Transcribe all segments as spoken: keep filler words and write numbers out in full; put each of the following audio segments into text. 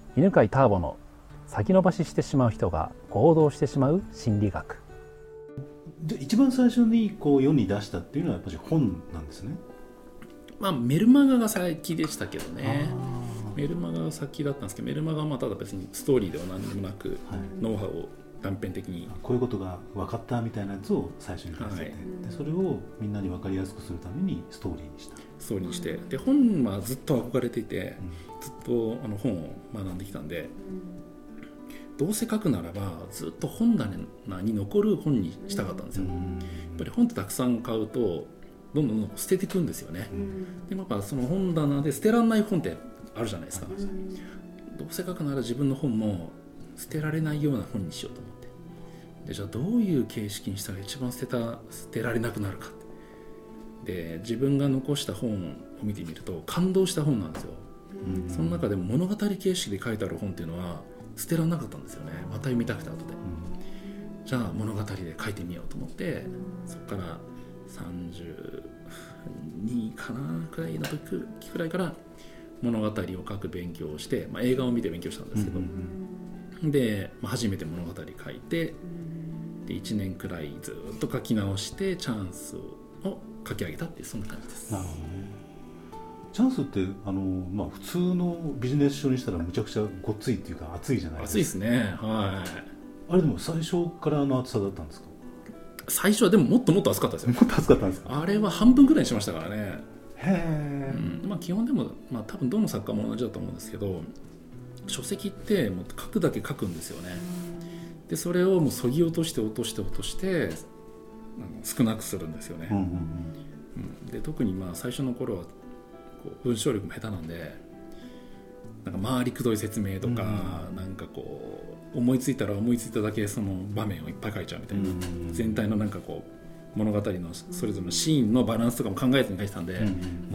犬飼ターボの先延ばししてしまう人が行動してしまう心理学。 で一番最初にこう世に出したっていうのはやっぱり本なんですね。 まあメルマガが先でしたけどね。メルマガが先だったんですけど、メルマガはまあただ別にストーリーでは何でもなく、はい、ノウハウを断片的にこういうことが分かったみたいなやつを最初に出せて、はい、でそれをみんなに分かりやすくするためにストーリーにした。 ストーリーにして、で本はずっと憧れていて、うん、ずっとあの本を学んできたんで、どうせ書くならばずっと本棚に残る本にしたかったんですよ。やっぱり本ってたくさん買うとどんどんどんどん捨てていくんですよね。でもやっぱその本棚で捨てられない本ってあるじゃないですか。どうせ書くなら自分の本も捨てられないような本にしようと思って、でじゃあどういう形式にしたら一番捨てた捨てられなくなるかで、自分が残した本を見てみると感動した本なんですよ。その中でも物語形式で書いてある本っていうのは捨てられなかったんですよね。また読みたくて後で、じゃあ物語で書いてみようと思って、そこからさんじゅうにかなくらいの時くらいから物語を書く勉強をして、まあ、映画を見て勉強したんですけど、うんうん、で、まあ、初めて物語書いて、でいちねんくらいずっと書き直してチャンスを書き上げたっていう、そんな感じです。 なるほどね。チャンスってあの、まあ、普通のビジネス書にしたらむちゃくちゃごっついっていうか厚いじゃないですか。 厚いですね。はい。 あれでも最初からの厚さだったんですか？ 最初はでももっともっと厚かったですよ。 もっと厚かったんですか？ あれは半分くらいにしましたからね。 へー、 うんまあ、基本でも、まあ、多分どの作家も同じだと思うんですけど、書籍ってもう書くだけ書くんですよね。でそれをもう削ぎ落として落として落として少なくするんですよね。うんうんうん、で特にまあ最初の頃はこう文章力も下手なんで、なんか回りくどい説明とか、うん、なんかこう思いついたら思いついただけその場面をいっぱい書いちゃうみたいな、うん、全体のなんかこう物語のそれぞれのシーンのバランスとかも考えずに書いてたんで、うん、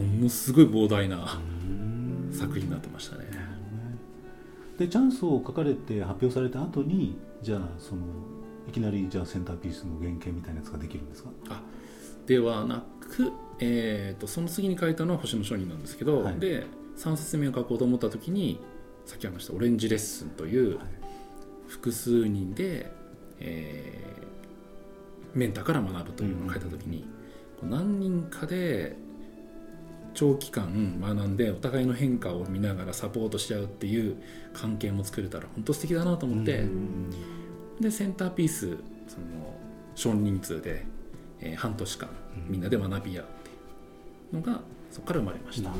ものすごい膨大な作品になってましたね。 でチャンスを書かれて発表された後に、じゃあそのいきなりじゃあセンターピースの原型みたいなやつができるんですか？ あではなく、えー、とその次に書いたのは星の商人なんですけど、はい、でさん冊目を書こうと思った時にさっき話したオレンジレッスンという複数人で、えー、メンターから学ぶというのを書いた時に、うん、何人かで長期間学んでお互いの変化を見ながらサポートし合うっていう関係も作れたら本当素敵だなと思って、うん、でセンターピースその少人数で、えー、半年間みんなで学び合うっていうのがそこから生まれました。うん、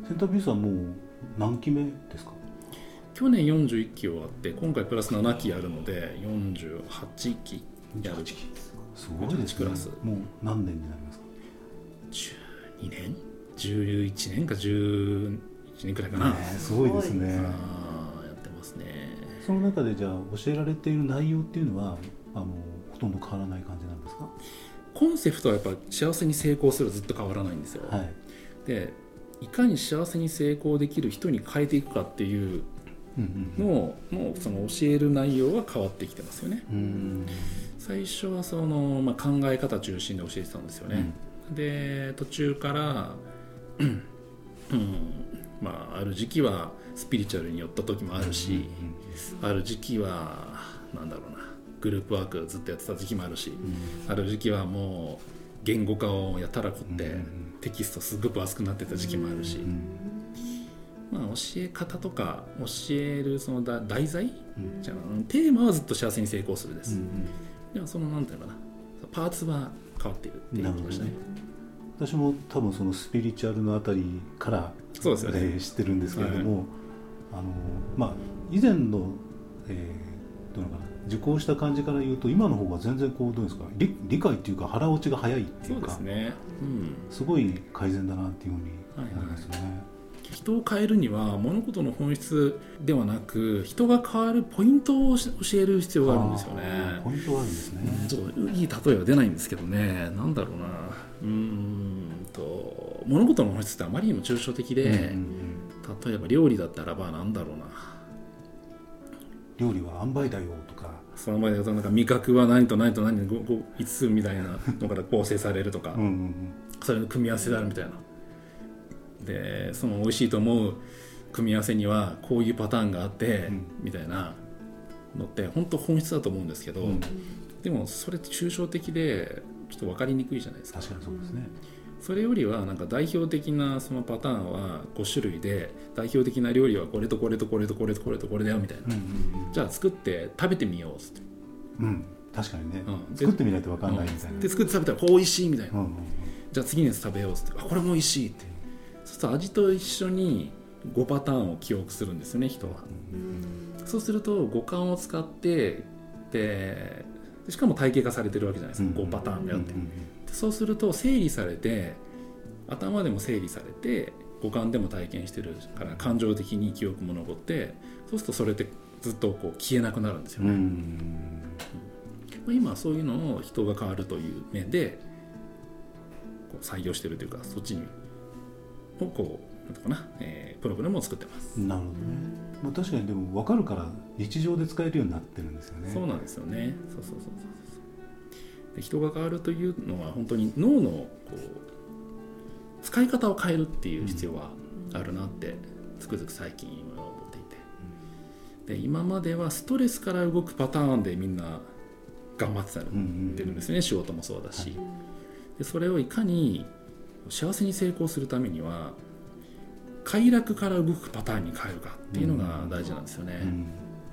センターピースはもう何期目ですか？ 去年よんじゅういっき終わって今回プラスななきあるのでよんじゅうはちきやる。 すごいですね。 クラスもう何年になりますか？ じゅうにねんじゅういちねんかじゅういちねんくらいかな、ね、 すごいですね。 あやってますね。 その中でじゃあ教えられている内容っていうのはあのほとんど変わらない感じなんですか？ コンセプトはやっぱ幸せに成功するずっと変わらないんですよ。はい、でいかに幸せに成功できる人に変えていくかっていうのを、うんうんうん、もうその教える内容は変わってきてますよね。うん最初はその、まあ、考え方中心で教えてたんですよね。うん、で途中からうんまあ、ある時期はスピリチュアルに寄った時もあるし、ある時期はなんだろうなグループワークずっとやってた時期もあるし、ある時期はもう言語化をやたら凝ってテキストすごく熱くなってた時期もあるし、まあ、教え方とか教えるその題材、じゃあテーマはずっと幸せに成功するです。でもそのなんていうのかなパーツは変わっているって言ってましたね。 私も多分そのスピリチュアルのあたりからそうですよね、 知ってるんですけれども、はい、あのまあ、以前の、えー、どういうのかな受講した感じから言うと今の方が全然こうどうですか 理, 理解っていうか腹落ちが早いっていうか、 そうですね、うん、 すごい改善だなっていうふうに思いますね。はいはい、 人を変えるには物事の本質ではなく人が変わるポイントを教える必要があるんですよね。 ポイントがあるんですね。 うん、ちょっといい例えは出ないんですけどね、なんだろうなうーんと物事の本質ってあまりにも抽象的で、うんうんうん、例えば料理だったらばなんだろうな料理は塩梅だよとかその前でなんか味覚は何と何と何といつつみたいなのから構成されるとかうんうん、うん、それの組み合わせであるみたいなでその美味しいと思う組み合わせにはこういうパターンがあって、 うん、 みたいなのって本当本質だと思うんですけど、うん、でもそれって抽象的でちょっと分かりにくいじゃないですか。 確かにそうですね。 それよりはなんか代表的なそのパターンはご種類で、代表的な料理はこれとこれとこれとこれとこれとこれだよみたいな、うんうんうん、じゃあ作って食べてみようっつって、 うん、確かにね、うん、作ってみないと分かんないみたいな、 で作って食べたらこう美味しいみたいな、うんうんうん、じゃあ次のやつ食べようっつって、あこれも美味しいって、そうすると味と一緒にごパターンを記憶するんですよね、人は。うん、そうすると五感を使って、でしかも体系化されてるわけじゃないですか、うん、ごパターンだよって、うんうんうん、そうすると整理されて、頭でも整理されて、五感でも体験してるから感情的に記憶も残って、そうするとそれってずっとこう消えなくなるんですよね。うんうん、今はそういうのを人が変わるという面でこう採用してるというか、そっちにをこうなんていうかな、えー、プログラムを作ってます。 なるほどね。まあ、確かにでも分かるから日常で使えるようになってるんですよね。 そうなんですよね。そうそうそうそう。で人が変わるというのは本当に脳のこう使い方を変えるっていう必要はあるなってつくづく最近思っていて、で今まではストレスから動くパターンでみんな頑張ってたるんですね、仕事もそうだし、でそれをいかに幸せに成功するためには快楽から動くパターンに変えるかっていうのが大事なんですよね。うんうん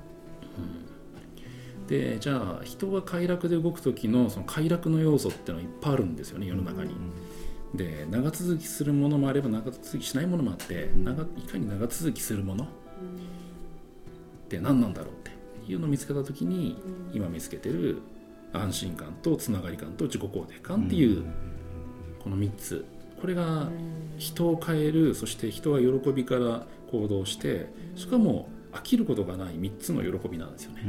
うん、でじゃあ人が快楽で動く時のその快楽の要素っていうのはいっぱいあるんですよね、世の中に。うんで長続きするものもあれば長続きしないものもあって、うん、長いかに長続きするものって何なんだろうっていうのを見つけたときに、うん、今見つけてる安心感とつながり感と自己肯定感っていう、うん、このみっつ、これが人を変える、そして人は喜びから行動して、しかも飽きることがないみっつの喜びなんですよね、うん、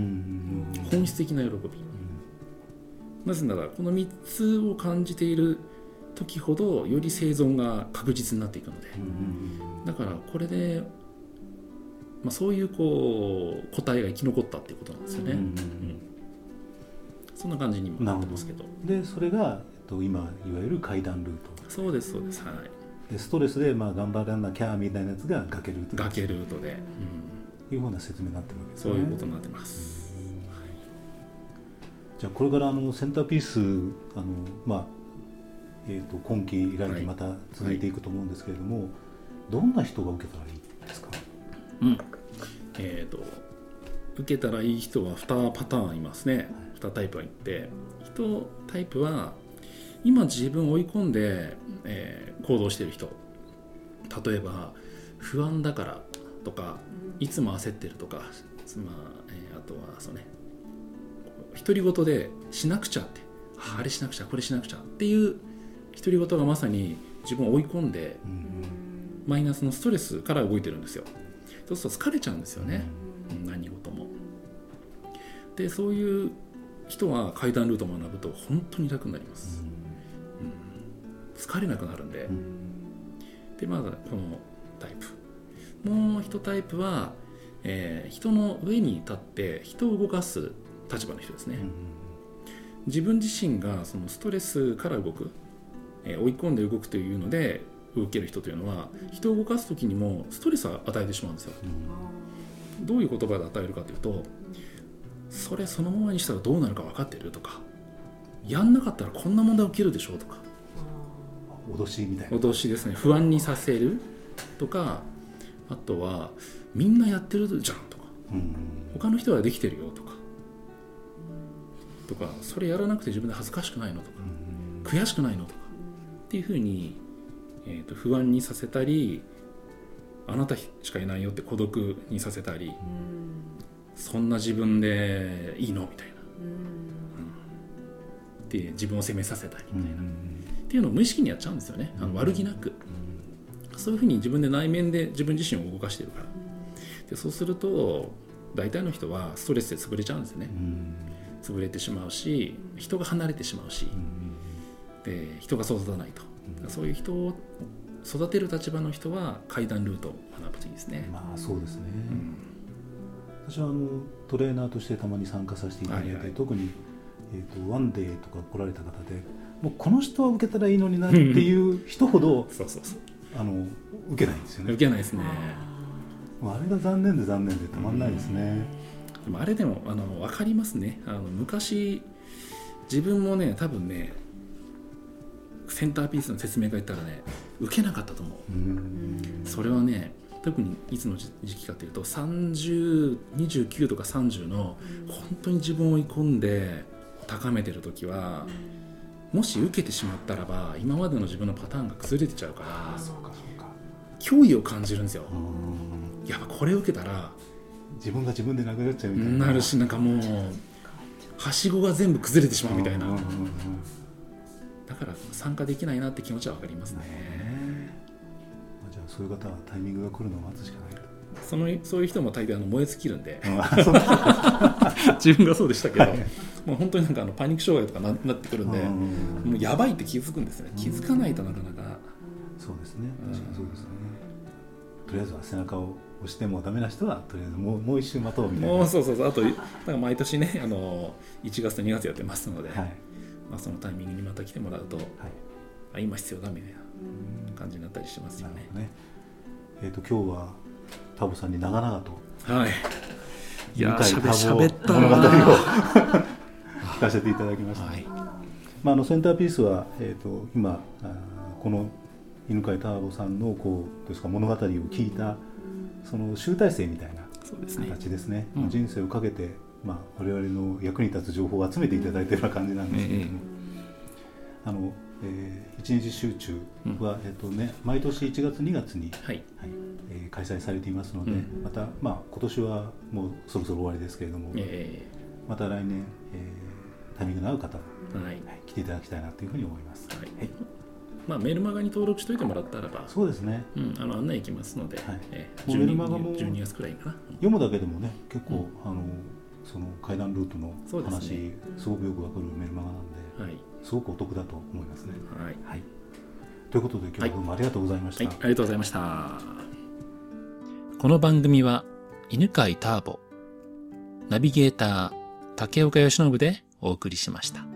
本質的な喜び、うん、なぜならこのみっつを感じている時ほどより生存が確実になっていくので、だからこれで、まあ、そういうこう答えが生き残ったっていうことなんですよね、うんうん、そんな感じにもなってますけど、 でそれが、えっと、今いわゆる階段ルート。 そうですそうです、はい、 でストレスでまあ頑張らなきゃみたいなやつが崖ルート、 崖ルートで、 うん、いうふうな説明になってるわけですね。 そういうことになってます、うんはい、 じゃあこれからあのセンターピースあのまあえー、と今期来期また続いていくと思うんですけれども、はいはい、どんな人が受けたらいいですか？ うんえー、と受けたらいい人はにパターンいますね、はい、にタイプがいて、いちタイプは今自分を追い込んで、えー、行動している人、例えば不安だからとかいつも焦ってるとか、まあえー、あとはそうね独り言でしなくちゃって、あれしなくちゃこれしなくちゃっていう独り言がまさに自分を追い込んで、うん、マイナスのストレスから動いてるんですよ。そうすると疲れちゃうんですよね、うん、何事も。でそういう人は階段ルートを学ぶと本当に楽になります、うんうん、疲れなくなるんで、うん、でまだこのタイプ、もう一タイプは、えー、人の上に立って人を動かす立場の人ですね、うん、自分自身がそのストレスから動く、えー、追い込んで動くというので動ける人というのは、人を動かす時にもストレスを与えてしまうんですよ、うん、どういう言葉で与えるかというと、それそのままにしたらどうなるか分かってるとか、やんなかったらこんな問題起きるでしょうとか、 脅しみたいな、 脅しですね、不安にさせるとか、あとはみんなやってるじゃんとか、うん、他の人はできてるよとかとか、それやらなくて自分で恥ずかしくないのとか、うん、悔しくないのとかっていうふうに、えーと、不安にさせたり、あなたしかいないよって孤独にさせたり、うん、そんな自分でいいのみたいな、うん、って自分を責めさせたりみたいな、うん、っていうのを無意識にやっちゃうんですよね、あの悪気なく、うん、そういうふうに自分で内面で自分自身を動かしているから。でそうすると大体の人はストレスで潰れちゃうんですよね、うん、潰れてしまうし、人が離れてしまうし、うん、で人が育たないと、うん、そういう人を育てる立場の人は階段ルートを学ぶといいですね。 まあそうですね、うん、私はあのトレーナーとしてたまに参加させていただいて、はいはい、特に、えーと、ワンデーとか来られた方で、もうこの人は受けたらいいのになっていう人ほどそうそうそう、あの受けないんですよね。 受けないですね。 もうあれが残念で残念でたまんないですね。 でもあれでもあの分かりますね。あの昔自分もね多分ねセンターピースの説明会行ったらね受けなかったと思う。うんそれはね特にいつの時期かというとさんじゅう、にじゅうきゅうとかさんじゅうの本当に自分を追い込んで高めてる時はもし受けてしまったらば今までの自分のパターンが崩れてちゃうから脅威を感じるんですよ。やっぱこれを受けたら自分が自分でなくなっちゃうみたいななるし、なんかもうはしごが全部崩れてしまうみたいな、だから参加できないなって気持ちは分かりますね。 じゃあそういう方はタイミングが来るのを待つしかない。 そのそういう人も大抵あの燃え尽きるんで自分がそうでしたけど、はい、もう本当になんかあのパニック障害とか な, なってくるんで、もうやばいって気づくんですね。気づかないとなかなか。 そうですね、確かにそうですね。とりあえずは背中を押してもダメな人はとりあえずもう、もう一周待とうみたいな。もうそうそうそう。あとなんか毎年ねあのいちがつとにがつやってますので、はい、まあ、そのタイミングにまた来てもらうと、はい、あ今必要だみたいな感じになったりしますよね。 ねえー、と今日はタボさんに長々と、 はい、いやしゃべった物語を聞かせていただきました。はい、まあ、あのセンターピースは、えー、と今この犬飼ターボさんのこうですか物語を聞いたその集大成みたいな形ですね。うん、人生をかけて、まあ、我々の役に立つ情報を集めていただいているような感じなんですけれども、あのえー、一日集中は、えーとね、毎年いちがつにがつに、はいはいえー、開催されていますので、うん、また、まあ、今年はもうそろそろ終わりですけれども、えー、また来年、えー、タイミングの合う方は、はいはい、来ていただきたいなというふうに思います。はいはい、 まあ、メールマガに登録しておいてもらったらばそうですね、 うん、あの案内行きますので、はいえー、メールマガもじゅうにがつくらいかな、 読むだけでもね結構、うん、あのその階段ルートの話 す,、ね、すごくよくわかるメールマガなんで、はい、すごくお得だと思いますね。はい、はい、ということで今日はどうもありがとうございました。 はいはい、ありがとうございました。この番組は犬飼ターボナビゲーター竹岡由伸でお送りしました。